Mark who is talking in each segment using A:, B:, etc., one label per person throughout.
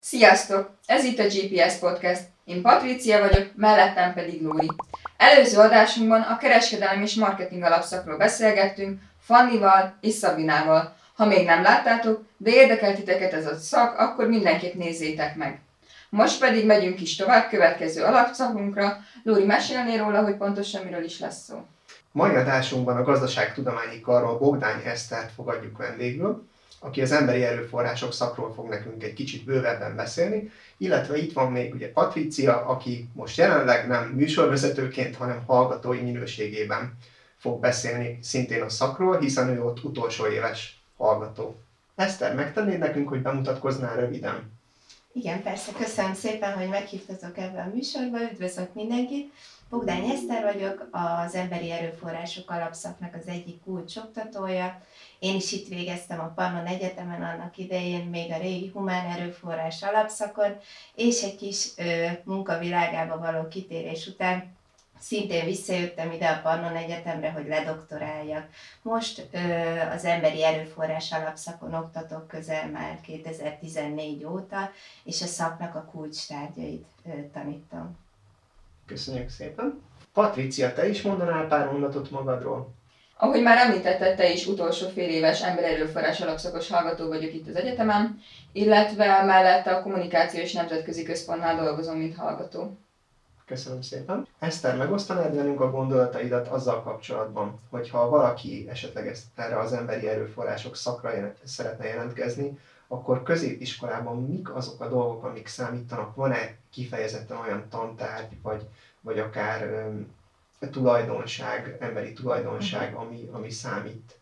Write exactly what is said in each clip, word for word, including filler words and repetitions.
A: Sziasztok! Ez itt a gé pé es Podcast. Én Patrícia vagyok, mellettem pedig Lóri. Előző adásunkban a kereskedelem és marketing alapszakról beszélgettünk Fannival és Szabinával. Ha még nem láttátok, de érdekel titeket ez a szak, akkor mindenképp nézzétek meg. Most pedig megyünk is tovább következő alapszakunkra. Lóri, mesélnél róla, hogy pontosan miről is lesz szó?
B: Mai adásunkban a gazdaságtudományi karról Bogdány Esztert fogadjuk vendégül, aki az emberi erőforrások szakról fog nekünk egy kicsit bővebben beszélni, illetve itt van még ugye Patrícia, aki most jelenleg nem műsorvezetőként, hanem hallgatói minőségében fog beszélni szintén a szakról, hiszen ő ott utolsó éves hallgató. Eszter, megtennéd nekünk, hogy bemutatkoznál röviden?
C: Igen, persze, köszönöm szépen, hogy meghívtatok ebbe a műsorba, üdvözlök mindenkit. Bogdány Eszter vagyok, az Emberi Erőforrások Alapszaknak az egyik kulcsoktatója. Én is itt végeztem a Pannon Egyetemen annak idején, még a régi Humán Erőforrás alapszakon, és egy kis ö, munkavilágába való kitérés után szintén visszajöttem ide a Pannon Egyetemre, hogy ledoktoráljak. Most ö, az Emberi Erőforrás Alapszakon oktatok közel már kétezer-tizennégy óta, és a szaknak a kulcstárgyait ö, tanítom.
B: Köszönjük szépen! Patrícia, te is mondanál pár mondatot magadról?
A: Ahogy már említetted, te is utolsó fél éves emberi erőforrás alapszakos hallgató vagyok itt az egyetemen, illetve mellette a Kommunikációs Nemzetközi Központnál dolgozom, mint hallgató.
B: Köszönöm szépen. Eszter, megosztanád velünk a gondolataidat azzal kapcsolatban, hogyha valaki esetleg ezt, erre az emberi erőforrások szakra jelent, szeretne jelentkezni, akkor középiskolában mik azok a dolgok, amik számítanak? Van-e kifejezetten olyan tantárgy, vagy, vagy akár um, tulajdonság, emberi tulajdonság, ami, ami számít?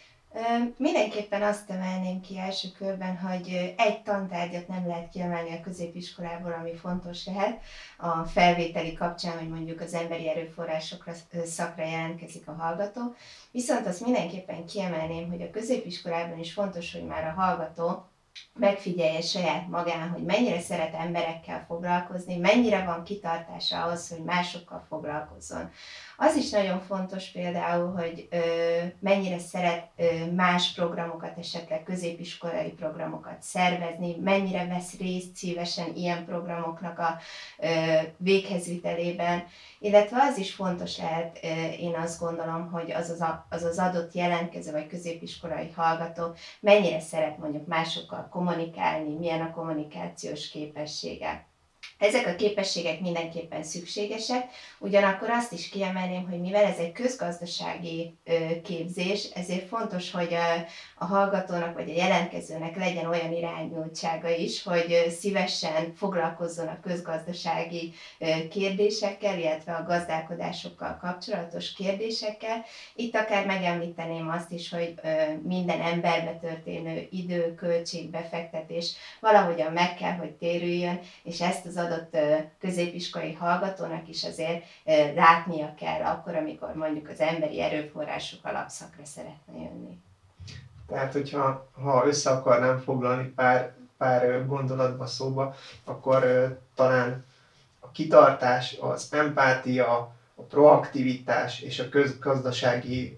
C: Mindenképpen azt emelném ki első körben, hogy egy tantárgyat nem lehet kiemelni a középiskolából, ami fontos lehet a felvételi kapcsán, hogy mondjuk az emberi erőforrásokra szakra jelentkezik a hallgató. Viszont azt mindenképpen kiemelném, hogy a középiskolában is fontos, hogy már a hallgató megfigyelje saját magán, hogy mennyire szeret emberekkel foglalkozni, mennyire van kitartása ahhoz, hogy másokkal foglalkozzon. Az is nagyon fontos például, hogy ö, mennyire szeret ö, más programokat, esetleg középiskolai programokat szervezni, mennyire vesz részt szívesen ilyen programoknak a ö, véghezvitelében, illetve az is fontos lehet, ö, én azt gondolom, hogy az az, a, az az adott jelentkező vagy középiskolai hallgató mennyire szeret mondjuk másokkal kommunikálni, milyen a kommunikációs képessége. Ezek a képességek mindenképpen szükségesek, ugyanakkor azt is kiemelném, hogy mivel ez egy közgazdasági képzés, ezért fontos, hogy a, a hallgatónak vagy a jelentkezőnek legyen olyan irányultsága is, hogy szívesen foglalkozzon a közgazdasági kérdésekkel, illetve a gazdálkodásokkal kapcsolatos kérdésekkel. Itt akár megemlíteném azt is, hogy minden emberbe történő idő, költség, befektetés valahogyan meg kell, hogy térüljön, és ezt az adott középiskolai hallgatónak is azért látnia kell akkor, amikor mondjuk az emberi erőforrások alapszakra szeretne jönni.
B: Tehát, hogyha ha össze akarnám foglalni pár, pár gondolatba szóba, akkor talán a kitartás, az empátia, a proaktivitás és a közgazdasági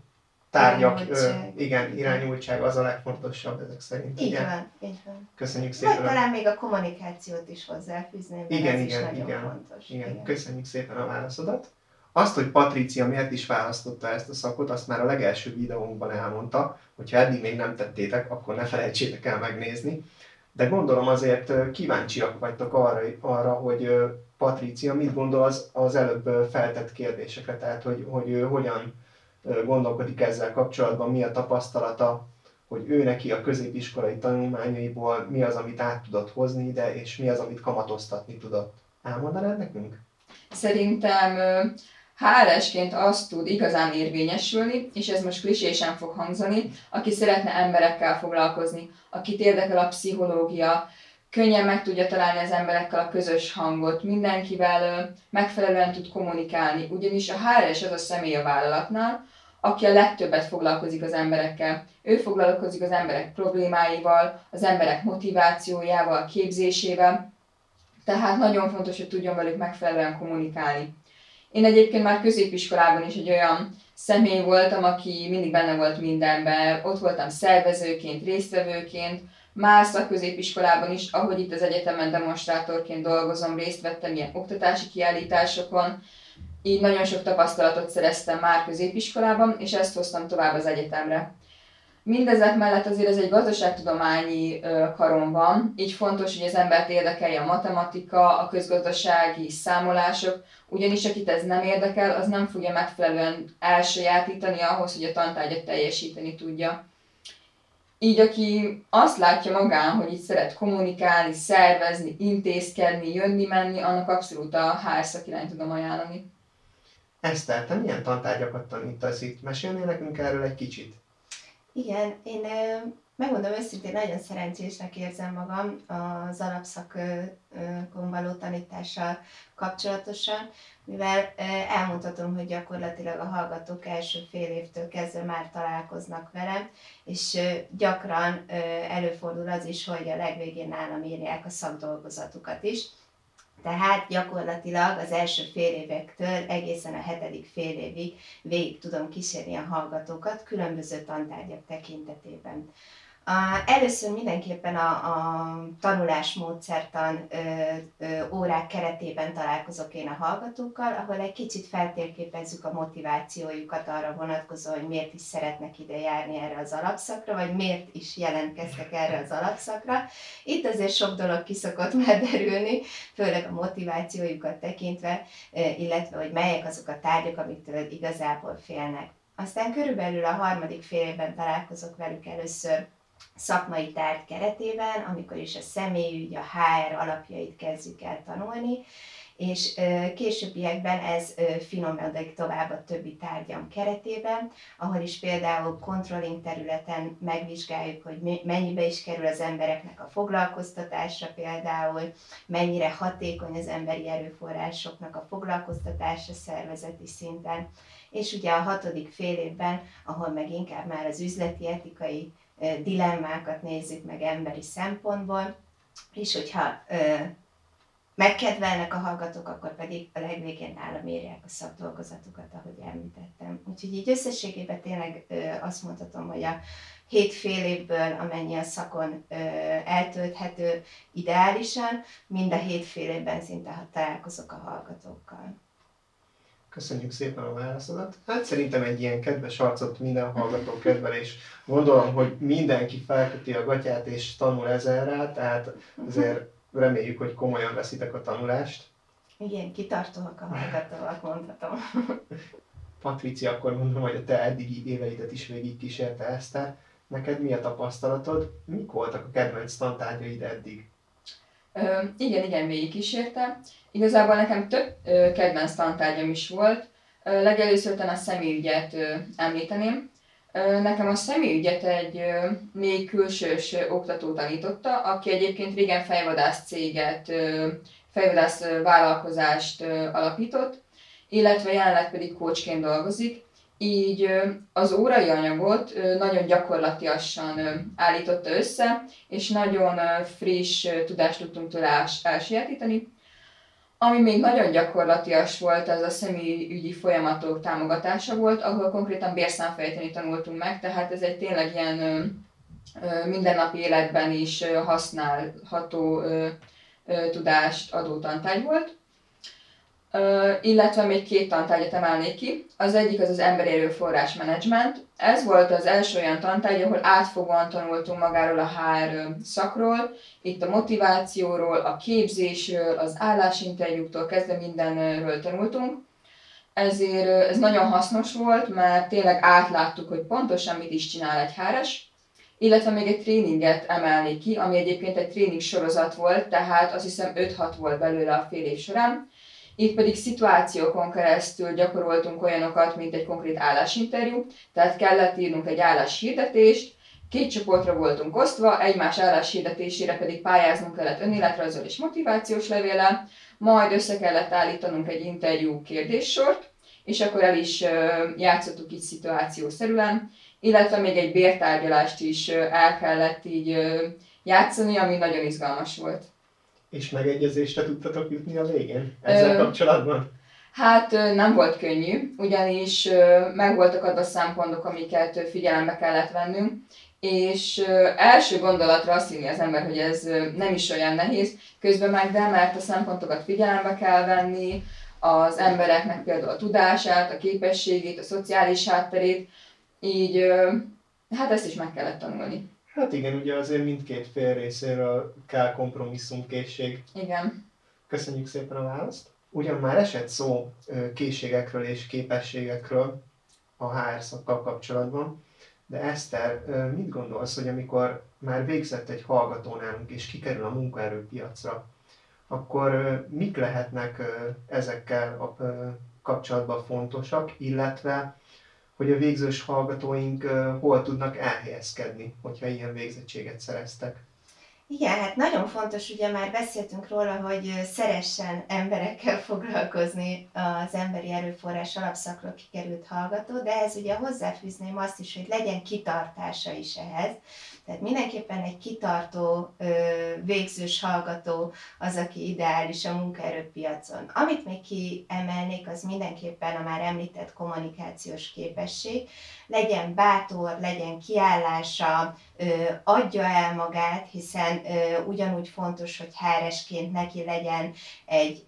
B: tárgyak,
C: irányultság.
B: Ö, igen, irányultság az a legfontosabb ezek szerint.
C: Így
B: igen.
C: van, így van.
B: Köszönjük szépen.
C: Vagy talán még a kommunikációt is hozzáfűzném, mert
B: igen,
C: ez
B: igen,
C: is nagyon
B: igen,
C: fontos.
B: Igen.
C: Igen.
B: Köszönjük szépen a válaszodat. Azt, hogy Patrícia miért is választotta ezt a szakot, azt már a legelső videónkban elmondta, hogyha eddig még nem tettétek, akkor ne felejtsétek el megnézni. De gondolom azért kíváncsiak vagytok arra, arra hogy Patrícia mit gondol az, az előbb feltett kérdésekre, tehát hogy, hogy ő hogyan gondolkodik ezzel kapcsolatban, mi a tapasztalata, hogy ő neki a középiskolai tanulmányaiból mi az, amit át tudott hozni ide, és mi az, amit kamatoztatni tudott. Elmondanád nekünk?
A: Szerintem há er esként azt tud igazán érvényesülni, és ez most klisésen fog hangzani, aki szeretne emberekkel foglalkozni, akit érdekel a pszichológia, könnyen meg tudja találni az emberekkel a közös hangot, mindenkivel megfelelően tud kommunikálni, ugyanis a há er es az a személy a vállalatnál, aki a legtöbbet foglalkozik az emberekkel. Ő foglalkozik az emberek problémáival, az emberek motivációjával, képzésével, tehát nagyon fontos, hogy tudjon velük megfelelően kommunikálni. Én egyébként már középiskolában is egy olyan személy voltam, aki mindig benne volt mindenben, ott voltam szervezőként, résztvevőként, Más szakközépiskolában is, ahogy itt az egyetemen demonstrátorként dolgozom, részt vettem ilyen oktatási kiállításokon, így nagyon sok tapasztalatot szereztem már középiskolában, és ezt hoztam tovább az egyetemre. Mindezek mellett azért ez egy gazdaságtudományi karon van, így fontos, hogy az embert érdekelje a matematika, a közgazdasági számolások, ugyanis akit ez nem érdekel, az nem fogja megfelelően elsajátítani ahhoz, hogy a tantárgyat teljesíteni tudja. Így aki azt látja magán, hogy itt szeret kommunikálni, szervezni, intézkedni, jönni-menni, annak abszolút a há er szakirányt tudom ajánlani.
B: Eszter, te milyen tantárgyakat tanítasz itt? Mesélnél nekünk erről egy kicsit?
C: Igen, én megmondom őszintén, nagyon szerencsésnek érzem magam az alapszakon való tanítással kapcsolatosan, mivel elmondhatom, hogy gyakorlatilag a hallgatók első fél évtől kezdve már találkoznak velem, és gyakran előfordul az is, hogy a legvégén nálam írják a szakdolgozatukat is. Tehát gyakorlatilag az első fél évektől egészen a hetedik fél évig végig tudom kísérni a hallgatókat különböző tantárgyak tekintetében. Először mindenképpen a, a tanulásmódszertan ö, ö, órák keretében találkozok én a hallgatókkal, ahol egy kicsit feltérképezzük a motivációjukat arra vonatkozó, hogy miért is szeretnek ide járni erre az alapszakra, vagy miért is jelentkeztek erre az alapszakra. Itt azért sok dolog ki szokott már derülni, főleg a motivációjukat tekintve, illetve hogy melyek azok a tárgyak, amiktől igazából félnek. Aztán körülbelül a harmadik fél évben találkozok velük először szakmai tárgy keretében, amikor is a személyügy, a há er alapjait kezdjük el tanulni, és későbbiekben ez finomodik tovább a többi tárgyam keretében, ahol is például controlling területen megvizsgáljuk, hogy mennyibe is kerül az embereknek a foglalkoztatása például, mennyire hatékony az emberi erőforrásoknak a foglalkoztatása szervezeti szinten, és ugye a hatodik fél évben, ahol meg inkább már az üzleti etikai dilemmákat nézzük meg emberi szempontból, és hogyha ö, megkedvelnek a hallgatók, akkor pedig a legvégén nálam írják a szakdolgozatukat, ahogy említettem. Úgyhogy így összességében tényleg ö, azt mondhatom, hogy a hét fél évből, amennyi a szakon ö, eltölthető ideálisan, mind a hét fél évben szinte ha találkozok a hallgatókkal.
B: Köszönjük szépen a válaszodat. Hát szerintem egy ilyen kedves arcot minden hallgató kedvel, és gondolom, hogy mindenki felköti a gatyát és tanul ezerrel, tehát azért reméljük, hogy komolyan veszitek a tanulást.
C: Igen, kitartóak a hallgatóak, mondhatom.
B: Patricia, akkor mondom, hogy a te eddigi éveidet is végigkísérte Eszter. Neked mi a tapasztalatod? Mik voltak a kedvenc tantárgyaid eddig?
A: Ö, igen, igen, végigkísérte. Igazából nekem több ö, kedvenc tantárgyam is volt. Ö, legelőször a személyügyet ö, említeném. Ö, nekem a személyügyet egy ö, még külsős ö, oktató tanította, aki egyébként régen fejvadász céget, ö, fejvadász ö, vállalkozást ö, alapított, illetve jelenleg pedig coachként dolgozik. Így ö, az órai anyagot ö, nagyon gyakorlatiasan ö, állította össze, és nagyon ö, friss ö, tudást tudtunk tőle ás- elsajátítani. Ami még nagyon gyakorlatias volt, az a személyügyi folyamatok támogatása volt, ahol konkrétan bérszámfejteni tanultunk meg, tehát ez egy tényleg ilyen ö, ö, mindennapi életben is ö, használható ö, ö, tudást adó tantárgy volt. Uh, illetve még két tantárgyat emelnék ki. Az egyik az az emberi erőforrás menedzsment. Ez volt az első olyan tantárgy, ahol átfogóan tanultunk magáról a há er szakról, itt a motivációról, a képzésről, az állásinterjúktól kezdve mindenről tanultunk. Ezért ez nagyon hasznos volt, mert tényleg átláttuk, hogy pontosan mit is csinál egy há er-es, illetve még egy tréninget emelnék ki, ami egyébként egy tréning sorozat volt, tehát azt hiszem öt-hat volt belőle a fél év során. Itt pedig szituációkon keresztül gyakoroltunk olyanokat, mint egy konkrét állásinterjú, tehát kellett írnunk egy álláshirdetést, két csoportra voltunk osztva, egymás álláshirdetésére pedig pályáznunk kellett önéletrajzol és motivációs levéllel, majd össze kellett állítanunk egy interjú kérdéssort, és akkor el is játszottuk így szituációszerűen, illetve még egy bértárgyalást is el kellett így játszani, ami nagyon izgalmas volt.
B: És megegyezésre tudtatok jutni a végén ezzel Ö, kapcsolatban?
A: Hát nem volt könnyű, ugyanis megvoltak adva szempontok, amiket figyelembe kellett vennünk, és ö, első gondolatra azt hinni az ember, hogy ez ö, nem is olyan nehéz, közben meg nem, mert a szempontokat figyelembe kell venni, az embereknek például a tudását, a képességét, a szociális hátterét, így ö, hát ezt is meg kellett tanulni.
B: Hát igen, ugye azért mindkét fél részéről kell kompromisszumkészség.
A: Igen.
B: Köszönjük szépen a választ. Ugyan már esett szó ö, készségekről és képességekről a há er szakkal kapcsolatban, de Eszter, ö, mit gondolsz, hogy amikor már végzett egy hallgató nálunk és kikerül a munkaerőpiacra, akkor ö, mik lehetnek ö, ezekkel ö, kapcsolatban fontosak, illetve hogy a végzős hallgatóink ö, hol tudnak elhelyezkedni, hogyha ilyen végzettséget szereztek?
C: Igen, hát nagyon fontos, ugye már beszéltünk róla, hogy szeressen emberekkel foglalkozni az emberi erőforrás alapszakról kikerült hallgató, de ehhez ugye hozzáfűzném azt is, hogy legyen kitartása is ehhez. Tehát mindenképpen egy kitartó, végzős hallgató az, aki ideális a munkaerőpiacon. Amit még kiemelnék, az mindenképpen a már említett kommunikációs képesség. Legyen bátor, legyen kiállása, adja el magát, hiszen ugyanúgy fontos, hogy há er esként neki legyen egy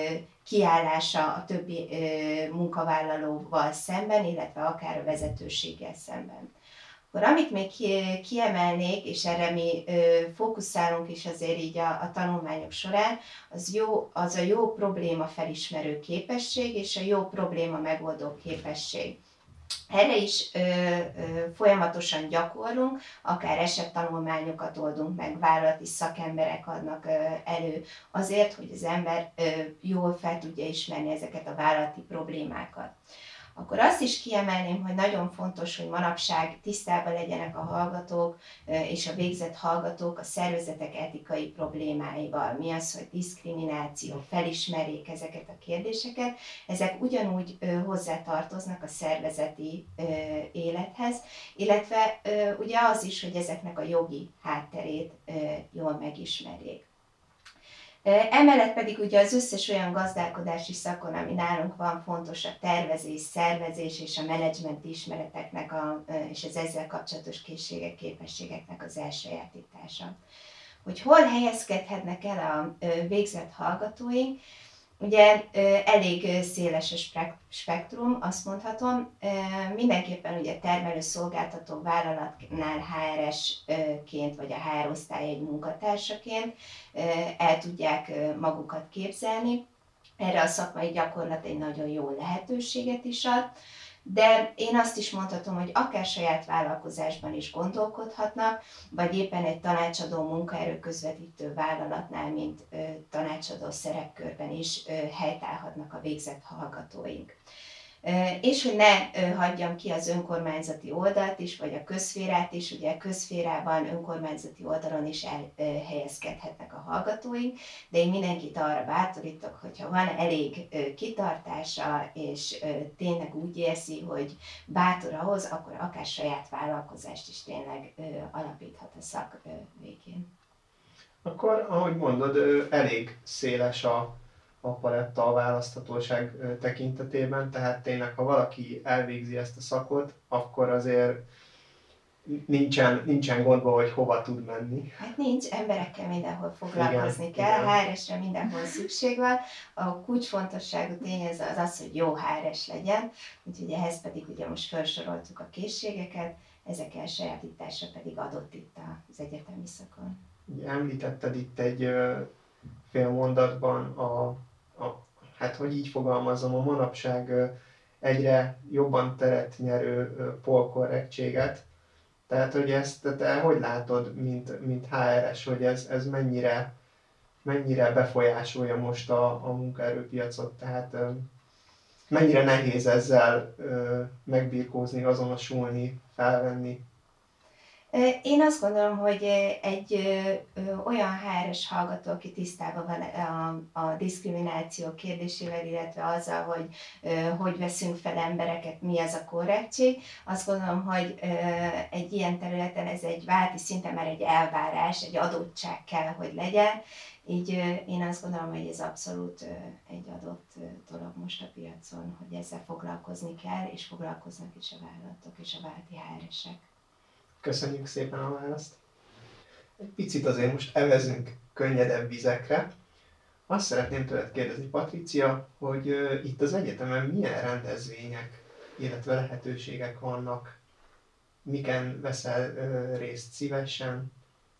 C: kiállása a többi munkavállalóval szemben, illetve akár a vezetőséggel szemben. Akkor amit még kiemelnék, és erre mi fókuszálunk is azért így a, a tanulmányok során, az, jó, az a jó probléma felismerő képesség és a jó probléma megoldó képesség. Erre is ö, ö, folyamatosan gyakorlunk, akár esettanulmányokat oldunk meg, vállalati szakemberek adnak ö, elő azért, hogy az ember ö, jól fel tudja ismerni ezeket a vállalati problémákat. Akkor azt is kiemelném, hogy nagyon fontos, hogy manapság tisztában legyenek a hallgatók és a végzett hallgatók a szervezetek etikai problémáival. Mi az, hogy diszkrimináció, felismerjék ezeket a kérdéseket. Ezek ugyanúgy hozzátartoznak a szervezeti élethez, illetve ugye az is, hogy ezeknek a jogi hátterét jól megismerjék. Emellett pedig ugye az összes olyan gazdálkodási szakon, ami nálunk van, fontos a tervezés, szervezés és a menedzsment ismereteknek a, és az ezzel kapcsolatos készségek, képességeknek az elsajátítása. Hogy hol helyezkedhetnek el a végzett hallgatóink, ugye elég széles a spektrum, azt mondhatom, mindenképpen ugye termelő-szolgáltató vállalatnál há er esként vagy a há er osztály egy munkatársaként el tudják magukat képzelni. Erre a szakmai gyakorlat egy nagyon jó lehetőséget is ad, de én azt is mondhatom, hogy akár saját vállalkozásban is gondolkodhatnak, vagy éppen egy tanácsadó munkaerő közvetítő vállalatnál, mint ö, tanácsadó szerepkörben is ö, helytállhatnak a végzett hallgatóink. És hogy ne hagyjam ki az önkormányzati oldalt is, vagy a közszférát is, ugye a közszférában, önkormányzati oldalon is elhelyezkedhetnek a hallgatóink, de én mindenkit arra bátorítok, hogyha van elég kitartása, és tényleg úgy érzi, hogy bátor ahhoz, akkor akár saját vállalkozást is tényleg alapíthat a szak végén.
B: Akkor, ahogy mondod, elég széles a a paletta a választhatóság tekintetében, tehát tényleg, ha valaki elvégzi ezt a szakot, akkor azért nincsen, nincsen gondba, hogy hova tud menni.
C: Hát nincs, emberekkel mindenhol foglalkozni
B: igen,
C: kell,
B: igen.
C: há er esre mindenhol szükség van. A kulcsfontosságú tényező az az, hogy jó há er es legyen, úgyhogy ehhez pedig ugye most felsoroltuk a készségeket, ezek elsajátítása pedig adott itt az egyetemi szakon.
B: Ugye említetted itt egy fél mondatban a, a, hát hogy így fogalmazom, a manapság egyre jobban teret nyerő polkorrektséget. Tehát, hogy ezt te hogy látod, mint, mint há er es, hogy ez, ez mennyire, mennyire befolyásolja most a, a munkaerőpiacot, tehát mennyire nehéz ezzel megbirkózni, azonosulni, felvenni?
C: Én azt gondolom, hogy egy olyan há er es hallgató, aki tisztában van a, a diszkrimináció kérdésével, illetve azzal, hogy hogy veszünk fel embereket, mi az a korrektség, azt gondolom, hogy egy ilyen területen ez egy válti szinten már egy elvárás, egy adottság kell, hogy legyen. Így én azt gondolom, hogy ez abszolút egy adott dolog most a piacon, hogy ezzel foglalkozni kell, és foglalkoznak is a vállalatok és a válti há er esek.
B: Köszönjük szépen a választ. Egy picit azért most evezünk könnyedebb vizekre. Azt szeretném tőled kérdezni, Patricia, hogy uh, itt az egyetemen milyen rendezvények, illetve lehetőségek vannak, miken veszel uh, részt szívesen?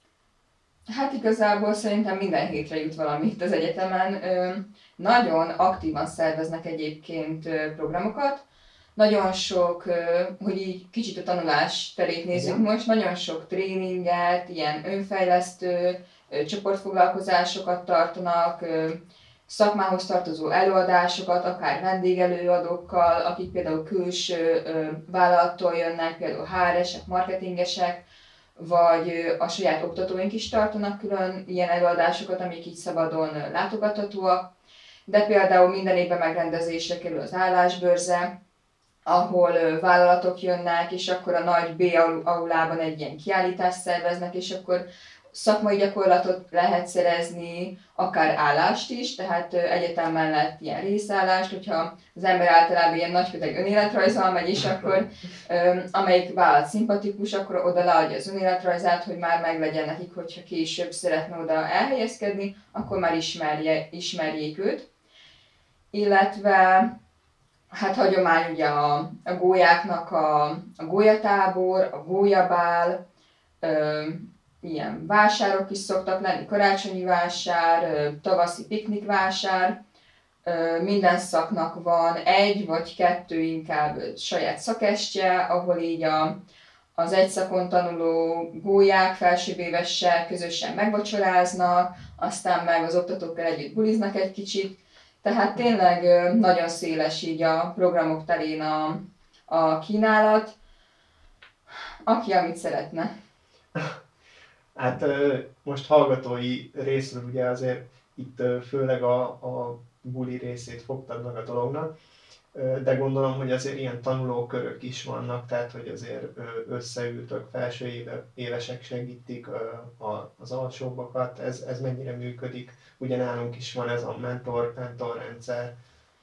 A: Hát igazából szerintem minden hétre jut valami itt az egyetemen. Ö, nagyon aktívan szerveznek egyébként ö, programokat. Nagyon sok, ö, hogy így kicsit a tanulás terét nézzük
B: Igen.
A: most, nagyon sok tréninget, ilyen önfejlesztő, ö, csoportfoglalkozásokat tartanak, ö, szakmához tartozó előadásokat, akár vendégelőadókkal, akik például külső ö, vállalattól jönnek, például há er esek, marketingesek, vagy a saját oktatóink is tartanak külön ilyen előadásokat, amik így szabadon látogathatóak. De például minden évben megrendezésre kerül az állásbörze, ahol vállalatok jönnek, és akkor a nagy B aulában egy ilyen kiállítást szerveznek, és akkor szakmai gyakorlatot lehet szerezni, akár állást is, tehát egyetem mellett ilyen részállást, hogyha az ember általában ilyen nagyköteg önéletrajzzal megy, és akkor amelyik vállalat szimpatikus, akkor oda leadja az önéletrajzát, hogy már meglegyen nekik, hogyha később szeretne oda elhelyezkedni, akkor már ismerje, ismerjék őt. Illetve hát hagyomány ugye a, a gólyáknak a, a gólyatábor, a gólyabál, ö, ilyen vásárok is szoktak lenni, karácsonyi vásár, tavaszi piknikvásár, minden szaknak van egy vagy kettő inkább saját szakestje, ahol így a, az egy szakon tanuló gólyák felsőbbévessel közösen megvacsoráznak, aztán meg az oktatókkal együtt buliznak egy kicsit, tehát tényleg nagyon széles így a programok terén a, a kínálat, aki amit szeretne.
B: Hát most hallgatói részről ugye azért itt főleg a, a buli részét fogtad meg a dolognak, de gondolom, hogy azért ilyen tanulókörök is vannak, tehát hogy azért összeültök, felső éve, évesek segítik az alsóbbakat, ez, ez mennyire működik? Ugye nálunk is van ez a mentor, mentor rendszer.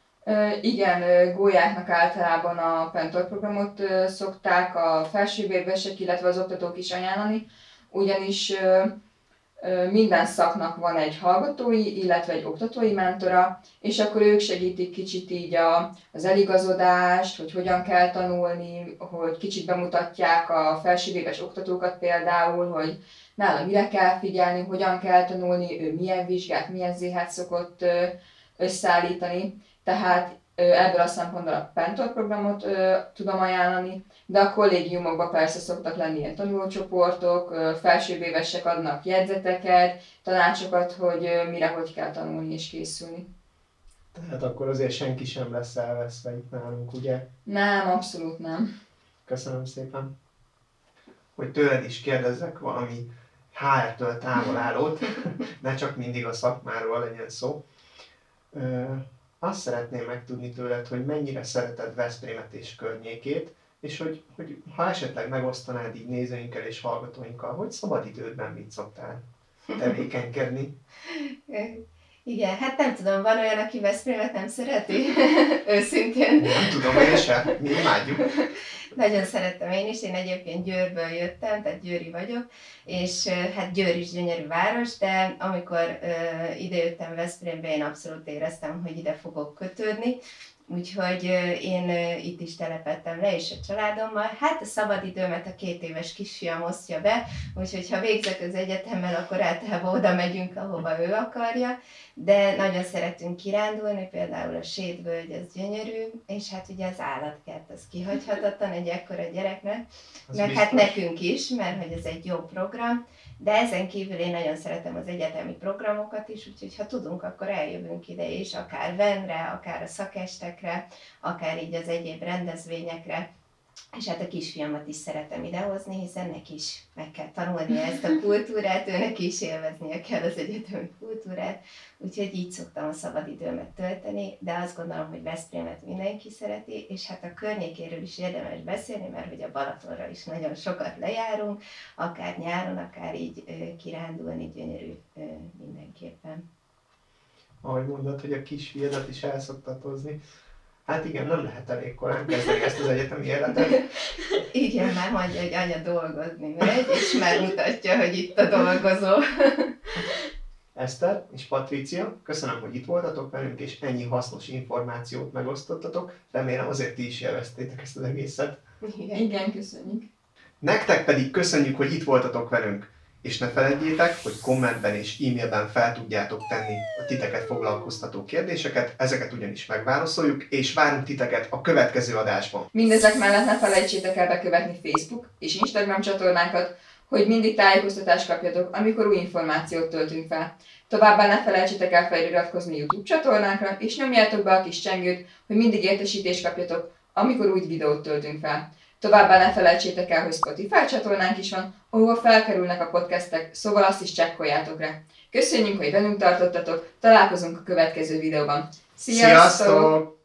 A: Igen, gólyáknak általában a Pentor programot szokták a felsőbb évesek, illetve az oktatók is ajánlani, ugyanis minden szaknak van egy hallgatói, illetve egy oktatói mentora, és akkor ők segítik kicsit így a, az eligazodást, hogy hogyan kell tanulni, hogy kicsit bemutatják a felsőbbéves oktatókat például, hogy nála mire kell figyelni, hogyan kell tanulni, ő milyen vizsgát, milyen zé há-t szokott összeállítani. Tehát ebből a szempontból a Pentor programot ö, tudom ajánlani, de a kollégiumokban persze szoktak lenni ilyen tanulócsoportok, ö, felsőbbévesek adnak jegyzeteket, tanácsokat, hogy ö, mire, hogy kell tanulni és készülni.
B: Tehát akkor azért senki sem lesz elveszve itt nálunk, ugye?
A: Nem, abszolút nem.
B: Köszönöm szépen. Hogy tőled is kérdezzek valami há er-től távol állót, ne csak mindig a szakmáról legyen szó. Ö, Azt szeretném megtudni tőled, hogy mennyire szereted Veszprémet és környékét, és hogy, hogy ha esetleg megosztanád így nézőinkkel és hallgatóinkkal, hogy szabadidődben mit szoktál tevékenykedni?
C: Igen, hát nem tudom, van olyan, aki Veszprémet nem szereti? Őszintén.
B: Nem tudom, én sem, mi imádjuk.
C: Nagyon szerettem én is, én egyébként Győrből jöttem, tehát győri vagyok, és hát Győr is gyönyörű város, de amikor uh, idejöttem Veszprémbe, én abszolút éreztem, hogy ide fogok kötődni, úgyhogy uh, én uh, itt is telepedtem le, és a családommal. Hát a szabadidőmet a két éves kisfiam osztja be, úgyhogy ha végzek az egyetemen, akkor általában oda megyünk, ahova ő akarja, de nagyon szeretünk kirándulni, például a Sédvölgy, az gyönyörű, és hát ugye az állatkert, az kihagyhatatlan egy ekkora gyereknek,
B: Az
C: meg
B: biztos.
C: hát nekünk is, mert hogy ez egy jó program, de ezen kívül én nagyon szeretem az egyetemi programokat is, úgyhogy ha tudunk, akkor eljövünk ide is, akár Venre, akár a szakestekre, akár így az egyéb rendezvényekre, és hát a kisfiamat is szeretem idehozni, hiszen neki is meg kell tanulnia ezt a kultúrát, őnek is élveznie kell az egyetemi kultúrát, úgyhogy így szoktam a szabadidőmet tölteni, de azt gondolom, hogy Veszprémet mindenki szereti, és hát a környékéről is érdemes beszélni, mert hogy a Balatonra is nagyon sokat lejárunk, akár nyáron, akár így ö, kirándulni gyönyörű ö, mindenképpen.
B: Ahogy mondod, hogy a kisfiadat is el szoktad hozni. Hát igen, nem lehet elég korán kezdeni ezt az egyetemi életet.
C: Igen, már mondja, hogy anya dolgozni megy, és már mutatja, hogy itt a dolgozó.
B: Eszter és Patrícia, köszönöm, hogy itt voltatok velünk, és ennyi hasznos információt megosztottatok. Remélem azért ti is élveztétek ezt az egészet.
C: Igen.
A: Igen, köszönjük.
B: Nektek pedig köszönjük, hogy itt voltatok velünk. És ne feledjétek, hogy kommentben és e-mailben fel tudjátok tenni a titeket foglalkoztató kérdéseket, ezeket ugyanis megválaszoljuk, és várunk titeket a következő adásban.
A: Mindezek mellett ne felejtsétek el bekövetni Facebook és Instagram csatornánkat, hogy mindig tájékoztatást kapjatok, amikor új információt töltünk fel. Továbbá ne felejtsétek el feliratkozni YouTube csatornánkra, és nyomjátok be a kis csengőt, hogy mindig értesítést kapjatok, amikor új videót töltünk fel. Továbbá ne felejtsétek el, hogy Spotify csatornánk is van, ahol felkerülnek a podcastek, szóval azt is csekkoljátok rá. Köszönjük, hogy velünk tartottatok, találkozunk a következő videóban. Sziasztok!
B: Sziasztok!